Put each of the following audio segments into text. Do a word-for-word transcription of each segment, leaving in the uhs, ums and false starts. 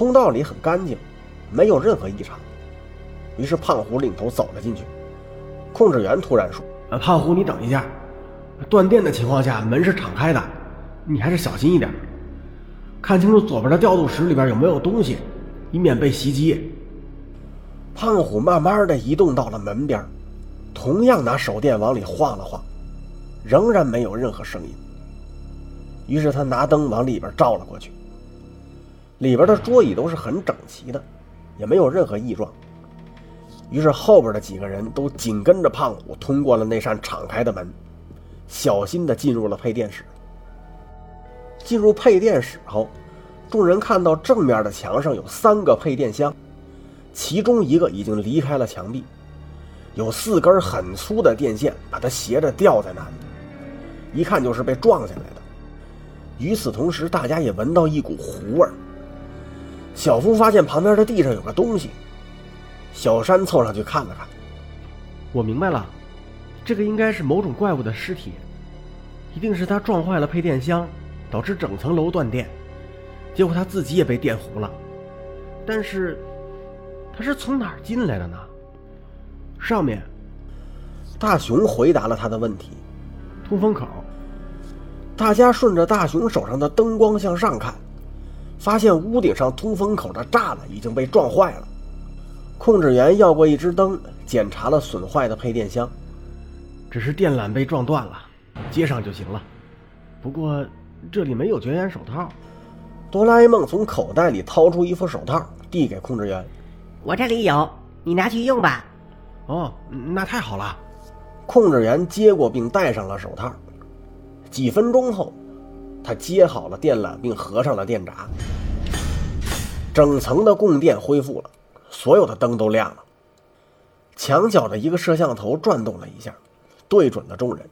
通道里很干净，没有任何异常。于是胖虎领头走了进去。控制员突然说： 呃，胖虎你等一下，断电的情况下门是敞开的，你还是小心一点，看清楚左边的调度室里边有没有东西，以免被袭击。 胖虎慢慢的移动到了门边，同样拿手电往里晃了晃，仍然没有任何声音。于是他拿灯往里边照了过去，里边的桌椅都是很整齐的，也没有任何异状。于是后边的几个人都紧跟着胖虎通过了那扇敞开的门，小心地进入了配电室。进入配电室后，众人看到正面的墙上有三个配电箱，其中一个已经离开了墙壁，有四根很粗的电线把它斜着吊在那里，一看就是被撞下来的。与此同时，大家也闻到一股糊味儿。小夫发现旁边的地上有个东西，小山凑上去看了看。 我明白了，这个应该是某种怪物的尸体，一定是他撞坏了配电箱，导致整层楼断电，结果他自己也被电糊了。但是他是从哪儿进来的呢？上面。 大熊回答了他的问题。 通风口。 大家顺着大熊手上的灯光向上看，发现屋顶上通风口的栅栏已经被撞坏了。控制员要过一支灯，检查了损坏的配电箱。 只是电缆被撞断了，接上就行了。不过这里没有绝缘手套。 哆啦 A 梦从口袋里掏出一副手套，递给控制员。 我这里有，你拿去用吧。 哦，那太好了。 控制员接过并戴上了手套。几分钟后，他接好了电缆并合上了电闸。整层的供电恢复了，所有的灯都亮了。墙角的一个摄像头转动了一下，对准了众人，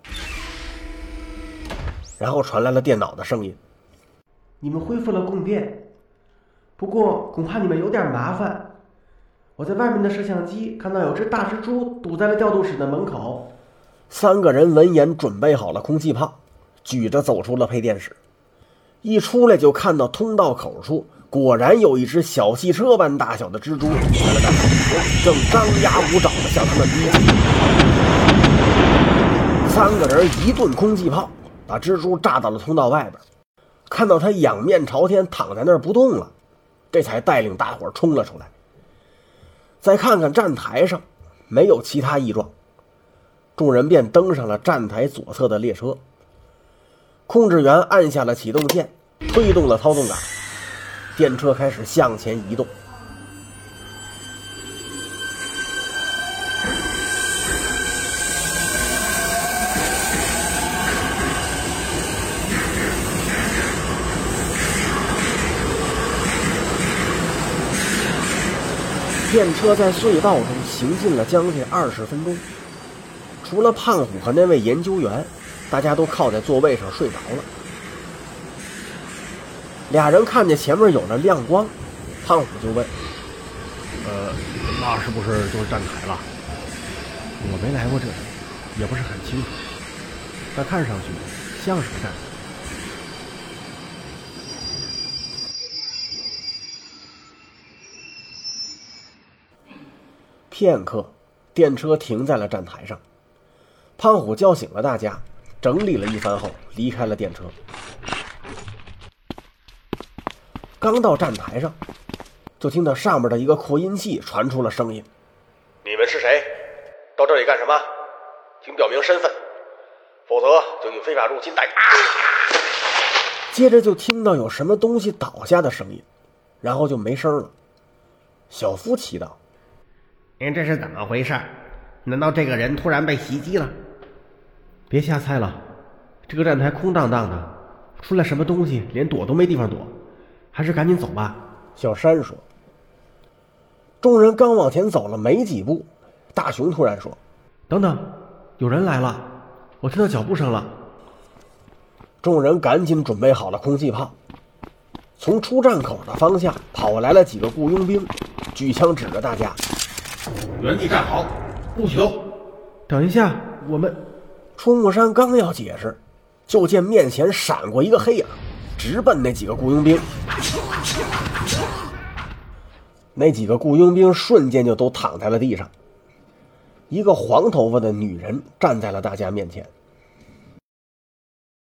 然后传来了电脑的声音： 你们恢复了供电，不过恐怕你们有点麻烦。我在外面的摄像机看到有只大蜘蛛堵在了调度室的门口。 三个人闻言准备好了空气炮，举着走出了配电室。一出来就看到通道口处果然有一只小汽车般大小的蜘蛛正张牙舞爪地向他们逼近。三个人一顿空气炮把蜘蛛炸到了通道外边，看到他仰面朝天躺在那儿不动了，这才带领大伙冲了出来。再看看站台上，没有其他异状，众人便登上了站台左侧的列车。控制员按下了启动键，推动了操纵杆，电车开始向前移动。电车在隧道中行进了将近二十分钟，除了胖虎和那位研究员，大家都靠在座位上睡着了。俩人看见前面有了亮光，胖虎就问： 呃，那是不是就是站台了？我没来过这里，也不是很清楚，但看上去像是个站台。 片刻，电车停在了站台上。胖虎叫醒了大家，整理了一番后离开了电车。刚到站台上，就听到上面的一个扩音器传出了声音：你们是谁？到这里干什么？请表明身份，否则就以非法入侵逮捕。接着就听到有什么东西倒下的声音，然后就没声了。小夫祈祷： 您这是怎么回事？难道这个人突然被袭击了？ 别瞎猜了，这个站台空荡荡的，出来什么东西连躲都没地方躲，还是赶紧走吧。 小山说。众人刚往前走了没几步，大熊突然说： 等等，有人来了，我听到脚步声了。 众人赶紧准备好了空气炮。从出站口的方向跑来了几个雇佣兵，举枪指着大家： 原地站好，不许动。 等一下，我们…… 出木山刚要解释，就见面前闪过一个黑影，直奔那几个雇佣兵。 那几个雇佣兵瞬间就都躺在了地上。一个黄头发的女人站在了大家面前，